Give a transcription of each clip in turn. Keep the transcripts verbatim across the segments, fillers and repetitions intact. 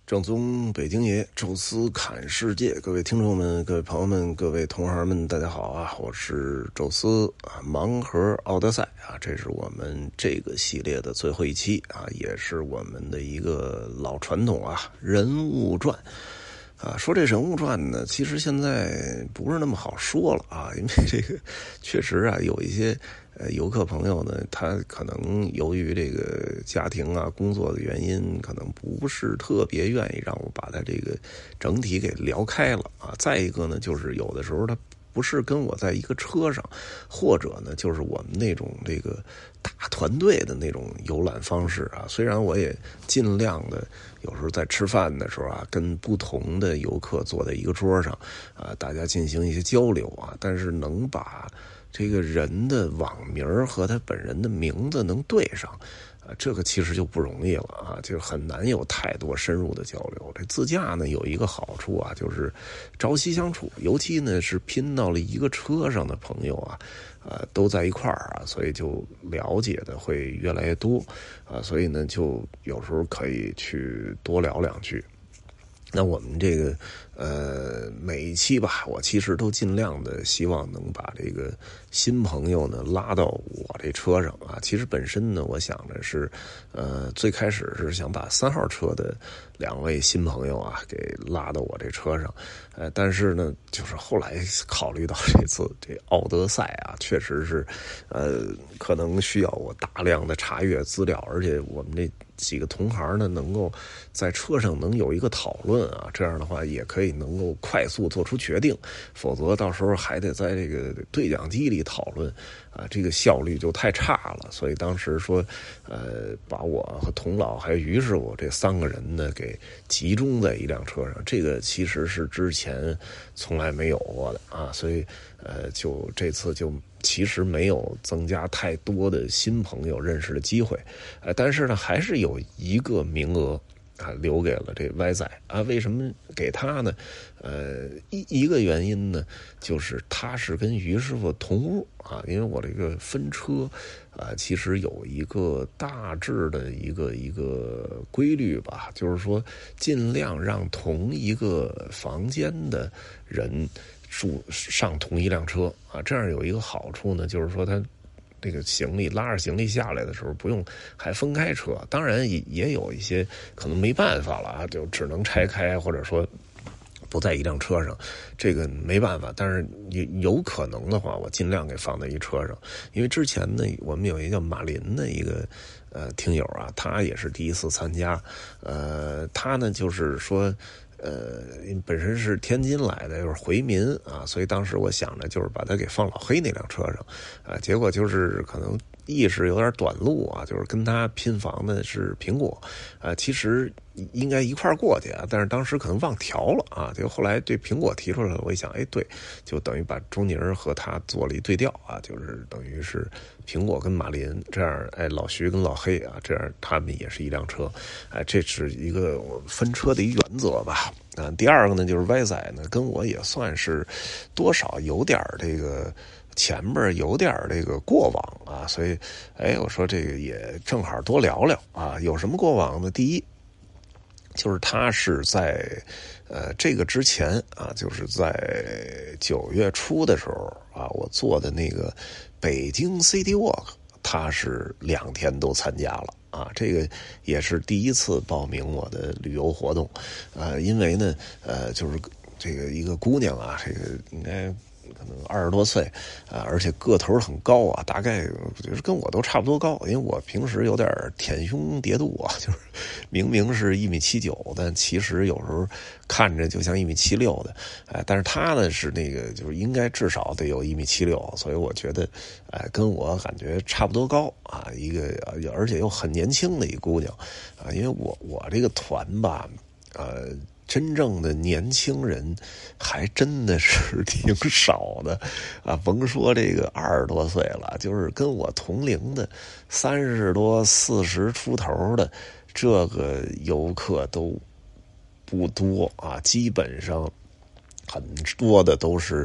正宗北京爷，宙斯侃世界，各位听众们、各位朋友们、各位同行们，大家好啊！我是宙斯啊，盲盒奥德赛啊，这是我们这个系列的最后一期啊，也是我们的一个老传统啊，人物传。啊，说这人物传呢，其实现在不是那么好说了啊，因为这个确实啊，有一些呃游客朋友呢，他可能由于这个家庭啊、工作的原因，可能不是特别愿意让我把他这个整体给聊开了啊。再一个呢，就是有的时候他不是跟我在一个车上，或者呢，就是我们那种这个大团队的那种游览方式啊。虽然我也尽量的有时候在吃饭的时候啊，跟不同的游客坐在一个桌上啊，大家进行一些交流啊，但是能把这个人的网名和他本人的名字能对上啊，这个其实就不容易了啊，就很难有太多深入的交流。这自驾呢有一个好处啊，就是朝夕相处，尤其呢是拼到了一个车上的朋友啊，呃，都在一块儿啊，所以就了解的会越来越多啊，所以呢就有时候可以去多聊两句。那我们这个呃每一期吧，我其实都尽量的希望能把这个新朋友呢拉到我这车上啊。其实本身呢，我想的是，呃，最开始是想把三号车的两位新朋友啊给拉到我这车上，呃，但是呢，就是后来考虑到这次这奥德赛啊，确实是，呃，可能需要我大量的查阅资料，而且我们这几个同行呢，能够在车上能有一个讨论啊，这样的话也可以能够快速做出决定，否则到时候还得在这个对讲机里讨论啊，这个效率就太差了。所以当时说，呃，把我和童老还有于师傅这三个人呢给集中在一辆车上，这个其实是之前从来没有过的啊，所以呃，就这次就其实没有增加太多的新朋友认识的机会，呃，但是呢，还是有一个名额啊，留给了这 Y 仔啊。为什么给他呢？呃，一一个原因呢，就是他是跟于师傅同屋啊，因为我这个分车啊，其实有一个大致的一个一个规律吧，就是说尽量让同一个房间的人住上同一辆车啊，这样有一个好处呢，就是说他这个行李拉着行李下来的时候不用还分开车，当然也也有一些可能没办法了啊，就只能拆开，或者说不在一辆车上，这个没办法。但是有有可能的话，我尽量给放在一车上，因为之前呢，我们有一个叫马林的一个呃听友啊，他也是第一次参加，呃，他呢就是说。呃，本身是天津来的，又是回民啊，所以当时我想着就是把他给放老黑那辆车上，啊，结果就是可能意识有点短路啊，就是跟他拼房的是苹果，啊，其实应该一块过去啊，但是当时可能忘调了啊，就后来对苹果提出来了，我一想，哎，对，就等于把周宁和他做了一对调啊，就是等于是苹果跟马林这样，哎，老徐跟老黑啊，这样他们也是一辆车，哎，这是一个分车的一原则吧。啊，第二个呢，就是歪仔呢，跟我也算是多少有点这个前边有点这个过往啊，所以，哎，我说这个也正好多聊聊啊，有什么过往呢？第一，就是他是在呃这个之前啊，就是在九月初的时候啊，我做的那个北京 City Walk， 他是两天都参加了。啊，这个也是第一次报名我的旅游活动，呃，因为呢，呃，就是这个一个姑娘啊，这个应该可能二十多岁啊，而且个头很高啊，大概就是跟我都差不多高，因为我平时有点舔胸叠肚啊，就是明明是一米七九，但其实有时候看着就像一米七六的，哎，但是她呢是那个就是应该至少得有一米七六，所以我觉得，哎，跟我感觉差不多高啊，一个而且又很年轻的一姑娘啊，因为我我这个团吧，呃。真正的年轻人还真的是挺少的啊，甭说这个二十多岁了，就是跟我同龄的三十多四十出头的这个游客都不多啊，基本上很多的都是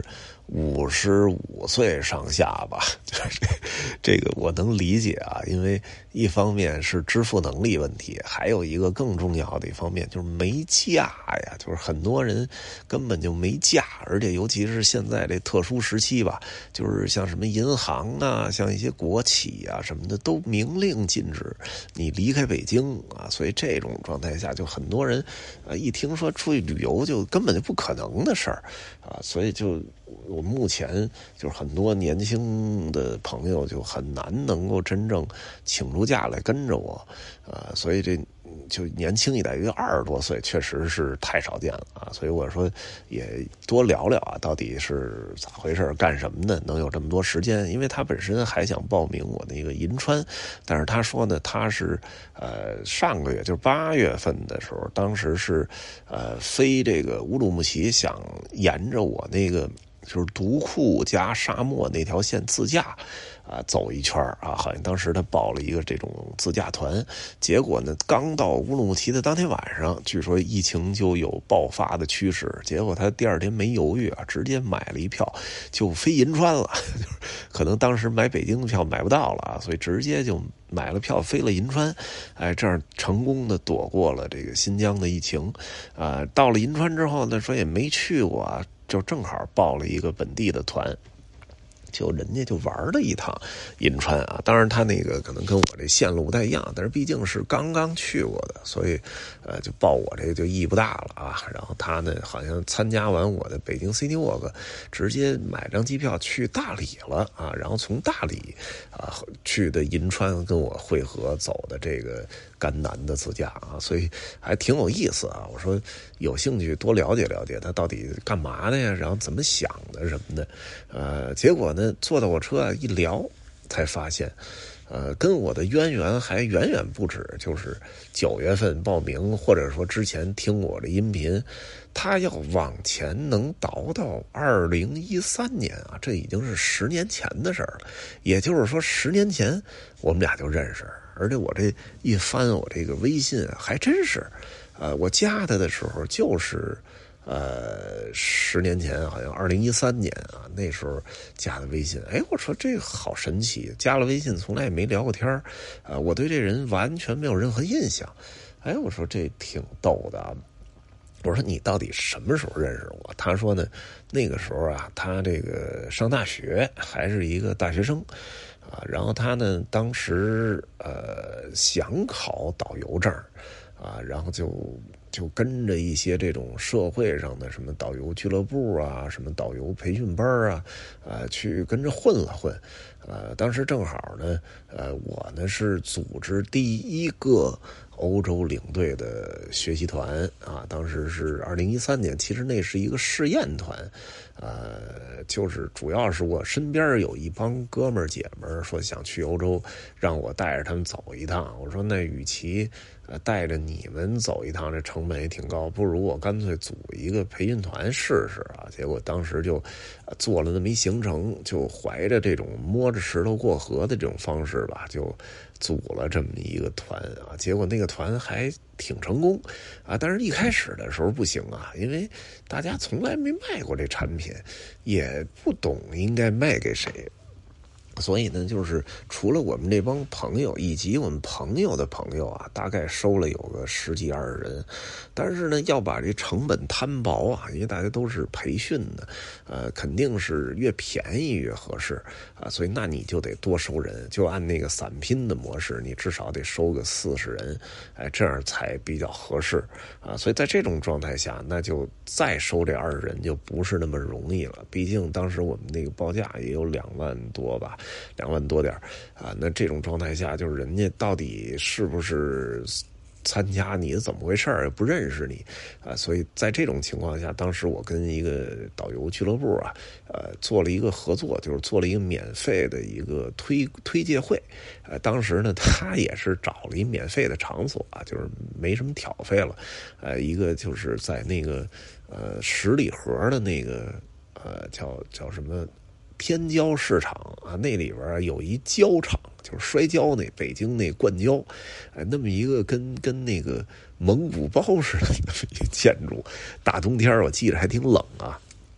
五十五岁上下吧，就是这个我能理解啊，因为一方面是支付能力问题，还有一个更重要的一方面就是没假呀，就是很多人根本就没假，而且尤其是现在这特殊时期吧，就是像什么银行啊，像一些国企啊什么的都明令禁止你离开北京啊，所以这种状态下就很多人啊一听说出去旅游就根本就不可能的事儿啊，所以就我目前就是很多年轻的朋友就很难能够真正请出假来跟着我，啊，所以这就年轻一代，因为二十多岁确实是太少见了啊，所以我说也多聊聊啊，到底是咋回事，干什么的，能有这么多时间？因为他本身还想报名我那个银川，但是他说呢，他是呃上个月就是八月份的时候，当时是呃飞这个乌鲁木齐，想沿着我那个。就是独库加沙漠那条线自驾啊走一圈啊，好像当时他报了一个这种自驾团，结果呢刚到乌鲁木齐的当天晚上，据说疫情就有爆发的趋势，结果他第二天没犹豫啊，直接买了一票就飞银川了，就是可能当时买北京的票买不到了啊，所以直接就买了票飞了银川，哎，这样成功的躲过了这个新疆的疫情啊。到了银川之后呢，说也没去过啊。就正好报了一个本地的团，就人家就玩了一趟银川啊，当然他那个可能跟我这线路不太一样，但是毕竟是刚刚去过的，所以呃就报我这个就意义不大了啊。然后他呢好像参加完我的北京 City Walk， 直接买张机票去大理了啊，然后从大理啊去的银川跟我会合走的这个甘南的自驾啊，所以还挺有意思啊。我说有兴趣多了解了解他到底干嘛的呀，然后怎么想的什么的，呃，结果呢坐到我车啊一聊，才发现，呃，跟我的渊源还远远不止，就是九月份报名，或者说之前听我的音频，他要往前能倒到二零一三年啊，这已经是十年前的事儿了。也就是说，十年前我们俩就认识，而且我这一翻我这个微信，还真是，呃，我加他的时候就是。呃，十年前好像二零一三年啊，那时候加的微信，哎，我说这个好神奇，加了微信从来也没聊过天啊、呃，我对这人完全没有任何印象，哎，我说这挺逗的啊。我说你到底什么时候认识我？他说呢，那个时候啊，他这个上大学还是一个大学生啊，然后他呢当时呃想考导游证啊，然后就。就跟着一些这种社会上的什么导游俱乐部啊，什么导游培训班啊，呃，去跟着混了混，呃，当时正好呢，呃，我呢是组织第一个欧洲领队的学习团啊，当时是二零一三年，其实那是一个试验团，呃，就是主要是我身边有一帮哥们儿姐们儿说想去欧洲，让我带着他们走一趟，我说那与其。呃，带着你们走一趟，这成本也挺高，不如我干脆组一个培训团试试啊！结果当时就、呃、做了那么一行程，就怀着这种摸着石头过河的这种方式吧，就组了这么一个团啊。结果那个团还挺成功啊，但是一开始的时候不行啊，因为大家从来没卖过这产品，也不懂应该卖给谁。所以呢，就是除了我们这帮朋友以及我们朋友的朋友啊，大概收了有个十几二十人，但是呢，要把这成本摊薄啊，因为大家都是培训的，呃，肯定是越便宜越合适啊，所以那你就得多收人，就按那个散拼的模式，你至少得收个四十人，哎，这样才比较合适啊。所以在这种状态下，那就再收这二十人就不是那么容易了，毕竟当时我们那个报价也有两万多吧。两万多点啊，那这种状态下，就是人家到底是不是参加你怎么回事儿，不认识你啊，所以在这种情况下，当时我跟一个导游俱乐部啊，呃，做了一个合作，就是做了一个免费的一个推推介会，呃，当时呢，他也是找了一免费的场所啊，就是没什么挑费了，呃，一个就是在那个呃十里河的那个呃叫叫什么？天胶市场啊，那里边有一胶厂，就是摔跤那北京那灌胶，哎，那么一个跟跟那个蒙古包似的那么一个建筑，大冬天我记着还挺冷啊。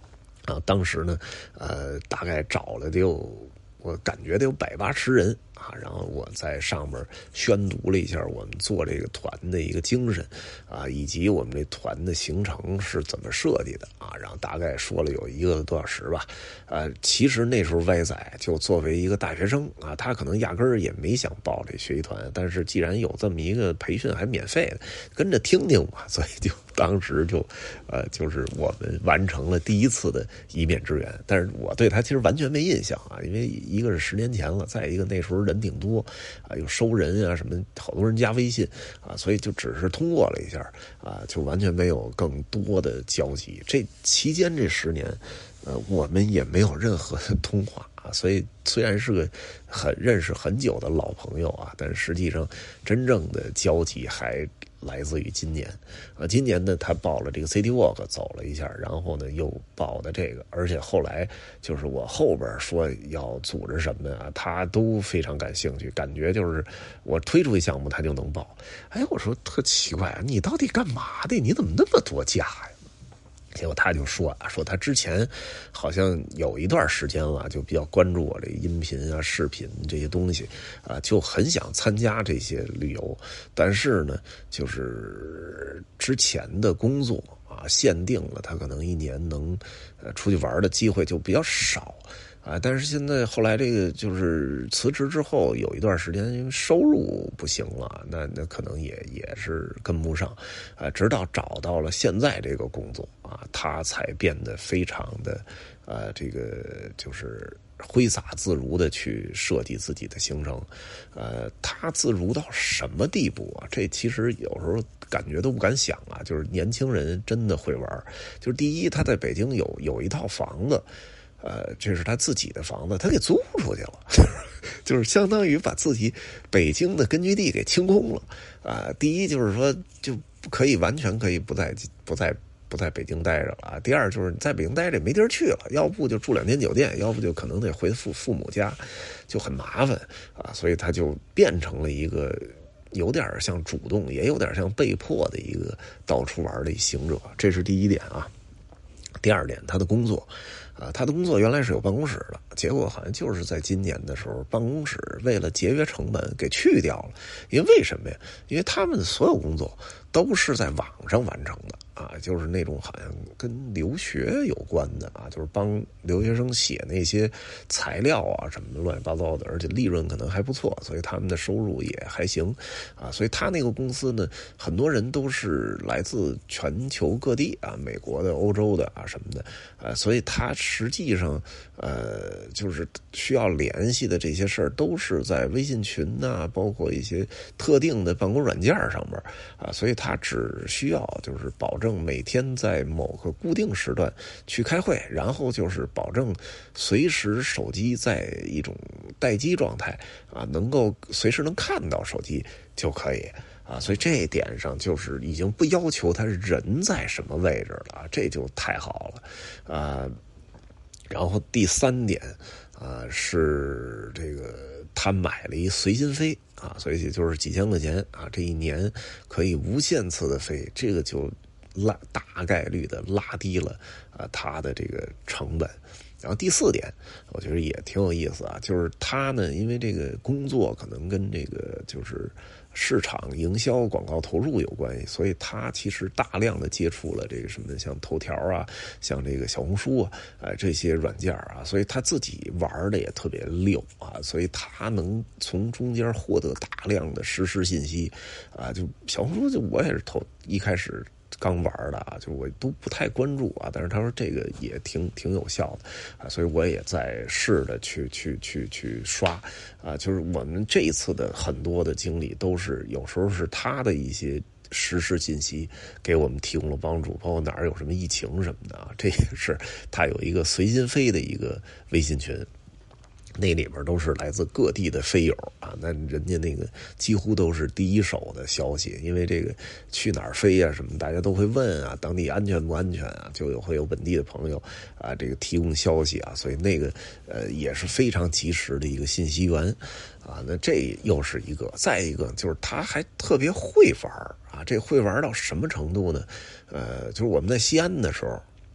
啊，当时呢，呃，大概找了得有，我感觉得有百八十人啊，然后我在上面宣读了一下我们做这个团的一个精神啊，以及我们这团的行程是怎么设计的啊，然后大概说了有一个多小时吧。呃，其实那时候歪仔就作为一个大学生啊，他可能压根儿也没想报这学习团，但是既然有这么一个培训还免费的，跟着听听嘛，所以就当时就呃，就是我们完成了第一次的一面之缘。但是我对他其实完全没印象啊，因为一个是十年前了，再一个那时候人挺多啊，有收人啊什么，好多人加微信啊，所以就只是通过了一下啊，就完全没有更多的交集。这期间这十年，呃，我们也没有任何的通话啊，所以虽然是个很认识很久的老朋友啊，但是实际上真正的交集还来自于今年啊。今年呢，他报了这个 City Walk 走了一下，然后呢又报的这个，而且后来就是我后边说要组织什么啊，他都非常感兴趣，感觉就是我推出一项目他就能报。哎，我说特奇怪，你到底干嘛的？你怎么那么多假呀？结果他就说啊，说他之前好像有一段时间了，就比较关注我这音频啊、视频这些东西啊，就很想参加这些旅游，但是呢，就是之前的工作啊，限定了他可能一年能呃出去玩的机会就比较少。啊，但是现在后来这个就是辞职之后有一段时间，因为收入不行了，那那可能也也是跟不上，啊，直到找到了现在这个工作啊，他才变得非常的，呃，这个就是挥洒自如的去设计自己的行程，呃，他自如到什么地步啊？这其实有时候感觉都不敢想啊，就是年轻人真的会玩，就是第一，他在北京有有一套房子。呃，这是他自己的房子，他给租出去了，就是相当于把自己北京的根据地给清空了啊、呃。第一就是说，就可以完全可以不在不在不在北京待着了啊。第二就是在北京待着没地儿去了，要不就住两天酒店，要不就可能得回父父母家，就很麻烦啊。所以他就变成了一个有点像主动，也有点像被迫的一个到处玩的行者，这是第一点啊。第二点，他的工作。啊，他的工作原来是有办公室的，结果好像就是在今年的时候，办公室为了节约成本给去掉了。因为为什么呀？因为他们的所有工作都是在网上完成的啊，就是那种好像跟留学有关的啊，就是帮留学生写那些材料啊什么乱七八糟的，而且利润可能还不错，所以他们的收入也还行啊。所以他那个公司呢，很多人都是来自全球各地啊，美国的、欧洲的啊什么的啊，所以他实际上呃就是需要联系的这些事儿都是在微信群啊，包括一些特定的办公软件上面啊，所以他只需要就是保证每天在某个固定时段去开会，然后就是保证随时手机在一种待机状态啊，能够随时能看到手机就可以啊，所以这一点上就是已经不要求他人在什么位置了，这就太好了啊。然后第三点啊是这个他买了一随心飞啊，所以就是几千块钱啊，这一年可以无限次的飞，这个就拉大概率的拉低了啊他的这个成本。然后第四点，我觉得也挺有意思啊，就是他呢，因为这个工作可能跟这个就是市场营销、广告投入有关系，所以他其实大量的接触了这个什么像头条啊，像这个小红书啊，呃这些软件啊，所以他自己玩的也特别溜啊，所以他能从中间获得大量的实时信息啊，就小红书就我也是头一开始。刚玩的啊，就我都不太关注啊，但是他说这个也挺挺有效的啊，所以我也在试着去去去去刷啊，就是我们这一次的很多的经历都是有时候是他的一些实时信息给我们提供了帮助，包括哪儿有什么疫情什么的啊，这也是他有一个随心飞的一个微信群。那里边都是来自各地的飞友啊，那人家那个几乎都是第一手的消息，因为这个去哪儿飞啊什么，大家都会问啊，当地安全不安全啊，就有会有本地的朋友啊，这个提供消息啊，所以那个呃也是非常及时的一个信息源啊。那这又是一个，再一个就是他还特别会玩啊，这会玩到什么程度呢？呃，就是我们在西安的时候。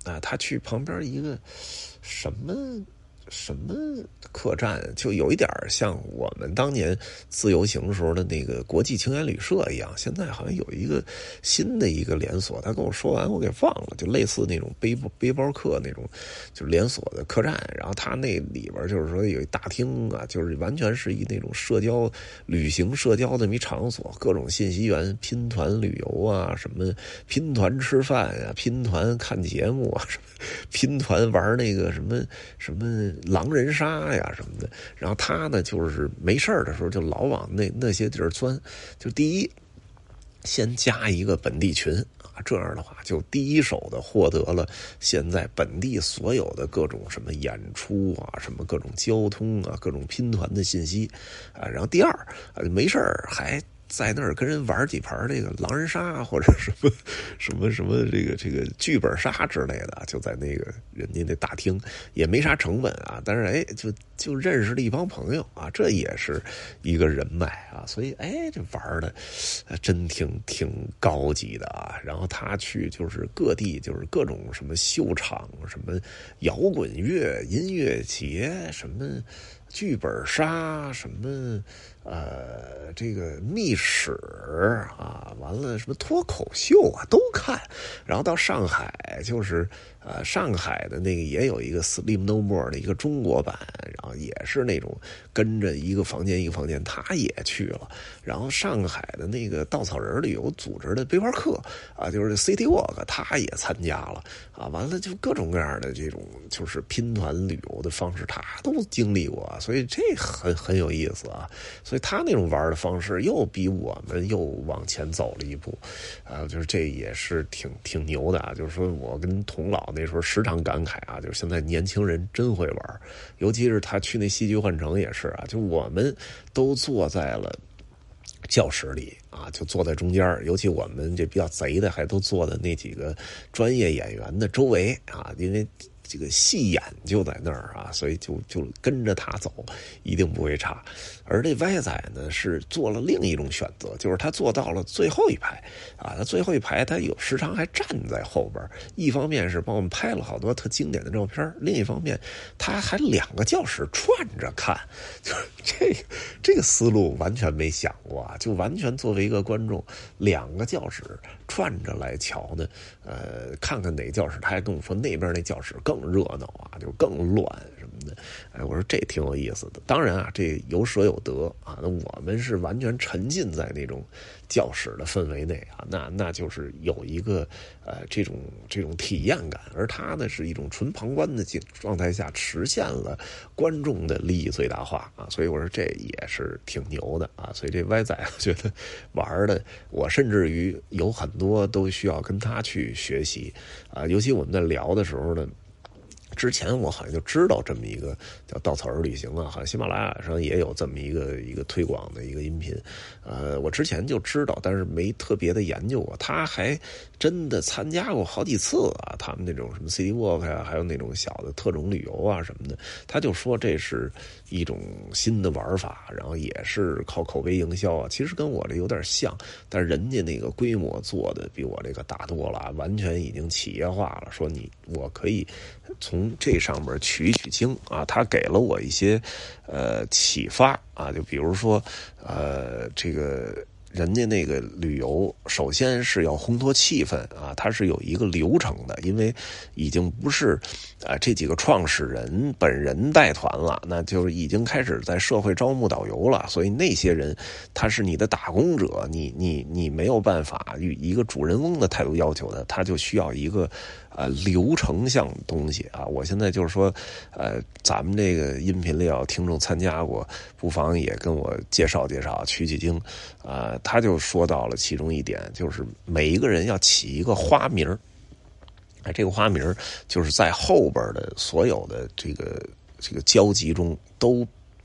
啊，他去旁边一个什么什么客栈，就有一点像我们当年自由行时候的那个国际青年旅社一样。现在好像有一个新的一个连锁，他跟我说完我给忘了，就类似那种背包背包客那种，就是连锁的客栈。然后他那里边就是说有一大厅啊，就是完全是一那种社交旅行社交的一场所，各种信息源，拼团旅游啊，什么拼团吃饭啊，拼团看节目啊，什么拼团玩那个什么什么狼人杀呀什么的。然后他呢就是没事的时候就老往那那些地儿钻，就第一先加一个本地群啊，这样的话就第一手的获得了现在本地所有的各种什么演出啊，什么各种交通啊，各种拼团的信息啊。然后第二啊，没事还在那儿跟人玩几盘这个狼人杀或者什么什么什么这个这个剧本杀之类的，就在那个人家那大厅，也没啥成本啊，但是哎就就认识了一帮朋友啊，这也是一个人脉啊，所以哎这玩的真挺挺高级的啊。然后他去就是各地就是各种什么秀场，什么摇滚乐音乐节，什么剧本杀，什么呃这个密室啊，完了什么脱口秀啊都看。然后到上海就是呃上海的那个也有一个 Sleep No More 的一个中国版，然后也是那种跟着一个房间一个房间，他也去了。然后上海的那个稻草人旅游组织的背包客啊，就是 City Walk 他也参加了啊。完了就各种各样的这种就是拼团旅游的方式他都经历过，所以这很很有意思啊。所以他那种玩的方式又比我们又往前走了一步啊，就是这也是挺挺牛的啊。就是说我跟童老那时候时常感慨啊，就是现在年轻人真会玩，尤其是他去那戏剧幻城也是啊，就我们都坐在了教室里啊，就坐在中间，尤其我们这比较贼的还都坐在那几个专业演员的周围啊，因为这个戏眼就在那儿啊，所以就就跟着他走，一定不会差。而这歪仔呢是做了另一种选择，就是他坐到了最后一排啊，他最后一排他有时常还站在后边，一方面是帮我们拍了好多特经典的照片，另一方面他还两个教室串着看，就是这个这个思路完全没想过啊，就完全作为一个观众，两个教室串着来瞧呢，呃，看看哪教室，他还跟我说那边那教室更热闹啊，就更乱什么的。哎，我说这挺有意思的。当然啊，这有舍有得啊，那我们是完全沉浸在那种教室的氛围内啊，那那就是有一个呃这种这种体验感，而他呢是一种纯旁观的状态下实现了观众的利益最大化啊，所以我说这也是挺牛的啊。所以这歪仔我觉得玩的，我甚至于有很多都需要跟他去学习啊，尤其我们在聊的时候呢。之前我好像就知道这么一个叫稻草人旅行啊，好像喜马拉雅上也有这么一个一个推广的一个音频，呃，我之前就知道，但是没特别的研究过。他还真的参加过好几次啊，他们那种什么 City Walk 啊，还有那种小的特种旅游啊什么的，他就说这是一种新的玩法，然后也是靠口碑营销啊。其实跟我这有点像，但是人家那个规模做的比我这个大多了，完全已经企业化了。说你我可以从这上面取取经啊，他给了我一些呃启发啊，就比如说呃这个人家那个旅游首先是要烘托气氛啊，它是有一个流程的，因为已经不是啊这几个创始人本人带团了，那就已经开始在社会招募导游了，所以那些人他是你的打工者，你你你没有办法与一个主人翁的态度要求的，他就需要一个呃流程项东西啊。我现在就是说呃咱们这个音频里要听众参加过，不妨也跟我介绍介绍取取经啊、呃。他就说到了其中一点，就是每一个人要起一个花名，哎，这个花名就是在后边的所有的这个这个交集中都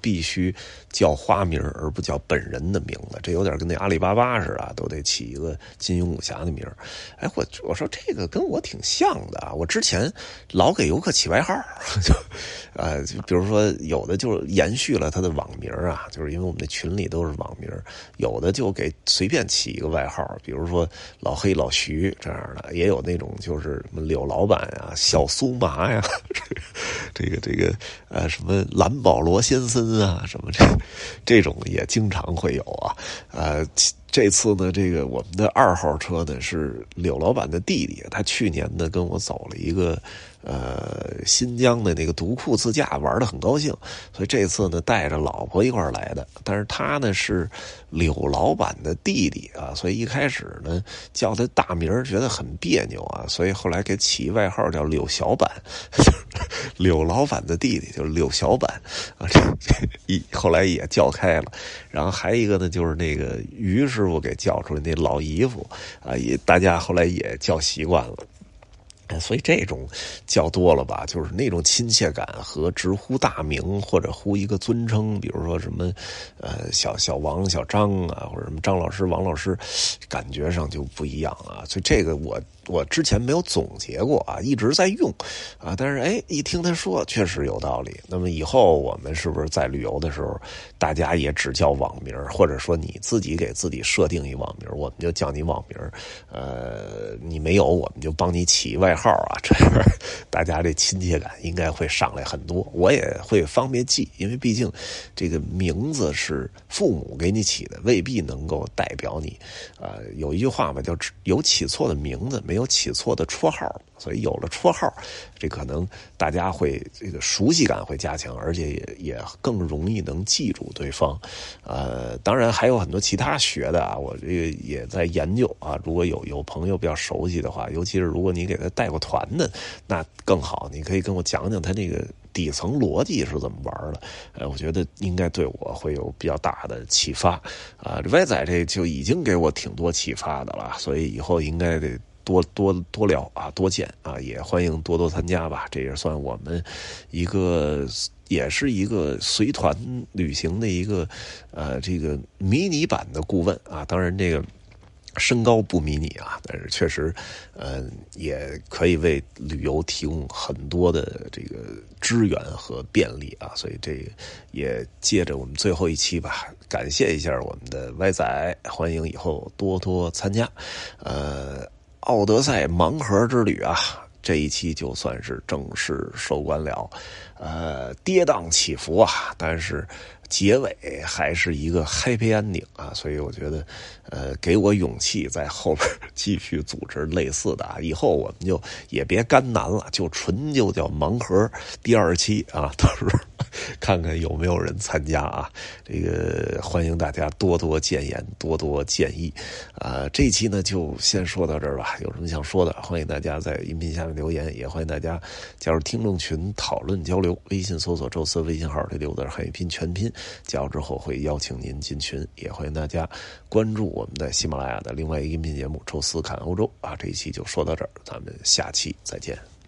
必须叫花名而不叫本人的名字，这有点跟那阿里巴巴似的，都得起一个金庸武侠的名。哎，我我说这个跟我挺像的啊，我之前老给游客起外号，就呃，就比如说有的就延续了他的网名啊，就是因为我们的群里都是网名，有的就给随便起一个外号，比如说老黑、老徐这样的，也有那种就是什么柳老板啊、小苏麻呀，这个这个呃什么蓝保罗先生啊，什么这这种也经常会有啊，呃。这次呢，这个我们的二号车呢是柳老板的弟弟，他去年呢跟我走了一个呃新疆的那个独库自驾，玩得很高兴，所以这次呢带着老婆一块儿来的。但是他呢是柳老板的弟弟啊，所以一开始呢叫他大名觉得很别扭啊，所以后来给起外号叫柳小板，柳老板的弟弟就是柳小板啊，这一后来也叫开了。然后还一个呢就是那个于师傅给叫出来那老姨夫啊，也大家后来也叫习惯了。所以这种叫多了吧，就是那种亲切感和直呼大名或者呼一个尊称，比如说什么呃小小王、小张啊，或者什么张老师、王老师，感觉上就不一样啊。所以这个我我之前没有总结过啊，一直在用啊，但是哎一听他说确实有道理。那么以后我们是不是在旅游的时候，大家也只叫网名，或者说你自己给自己设定一网名，我们就叫你网名，呃，你没有我们就帮你起外号啊，这样大家这亲切感应该会上来很多，我也会方便记，因为毕竟这个名字是父母给你起的，未必能够代表你。呃，有一句话嘛，叫有起错的名字，没有起错的绰号，所以有了绰号，这可能大家会这个熟悉感会加强，而且也也更容易能记住对方。呃，当然还有很多其他学的啊，我这个也在研究啊。如果有有朋友比较熟悉的话，尤其是如果你给他带过团的，那更好，你可以跟我讲讲他这个底层逻辑是怎么玩的。呃，我觉得应该对我会有比较大的启发啊。歪仔这就已经给我挺多启发的了，所以以后应该得多多多聊啊，多见啊，也欢迎多多参加吧。这也算我们一个，也是一个随团旅行的一个呃这个迷你版的顾问啊。当然这个身高不迷你啊，但是确实呃也可以为旅游提供很多的这个支援和便利啊。所以这个也借着我们最后一期吧，感谢一下我们的歪仔，欢迎以后多多参加。呃奥德赛盲盒之旅啊，这一期就算是正式收官了，呃，跌宕起伏啊，但是结尾还是一个 happy ending 啊，所以我觉得，呃，给我勇气在后边继续组织类似的啊，以后我们就也别干难了，就纯就叫盲盒第二期啊，到时候看看有没有人参加啊，这个欢迎大家多多建言，多多建议啊。这一期呢就先说到这儿吧，有什么想说的，欢迎大家在音频下面留言，也欢迎大家加入听众群讨论交流，微信搜索宙斯，微信号这六字汉语拼全拼，加入之后会邀请您进群，也欢迎大家关注我们的喜马拉雅的另外一个音频节目《宙斯看欧洲》啊。这一期就说到这儿，咱们下期再见。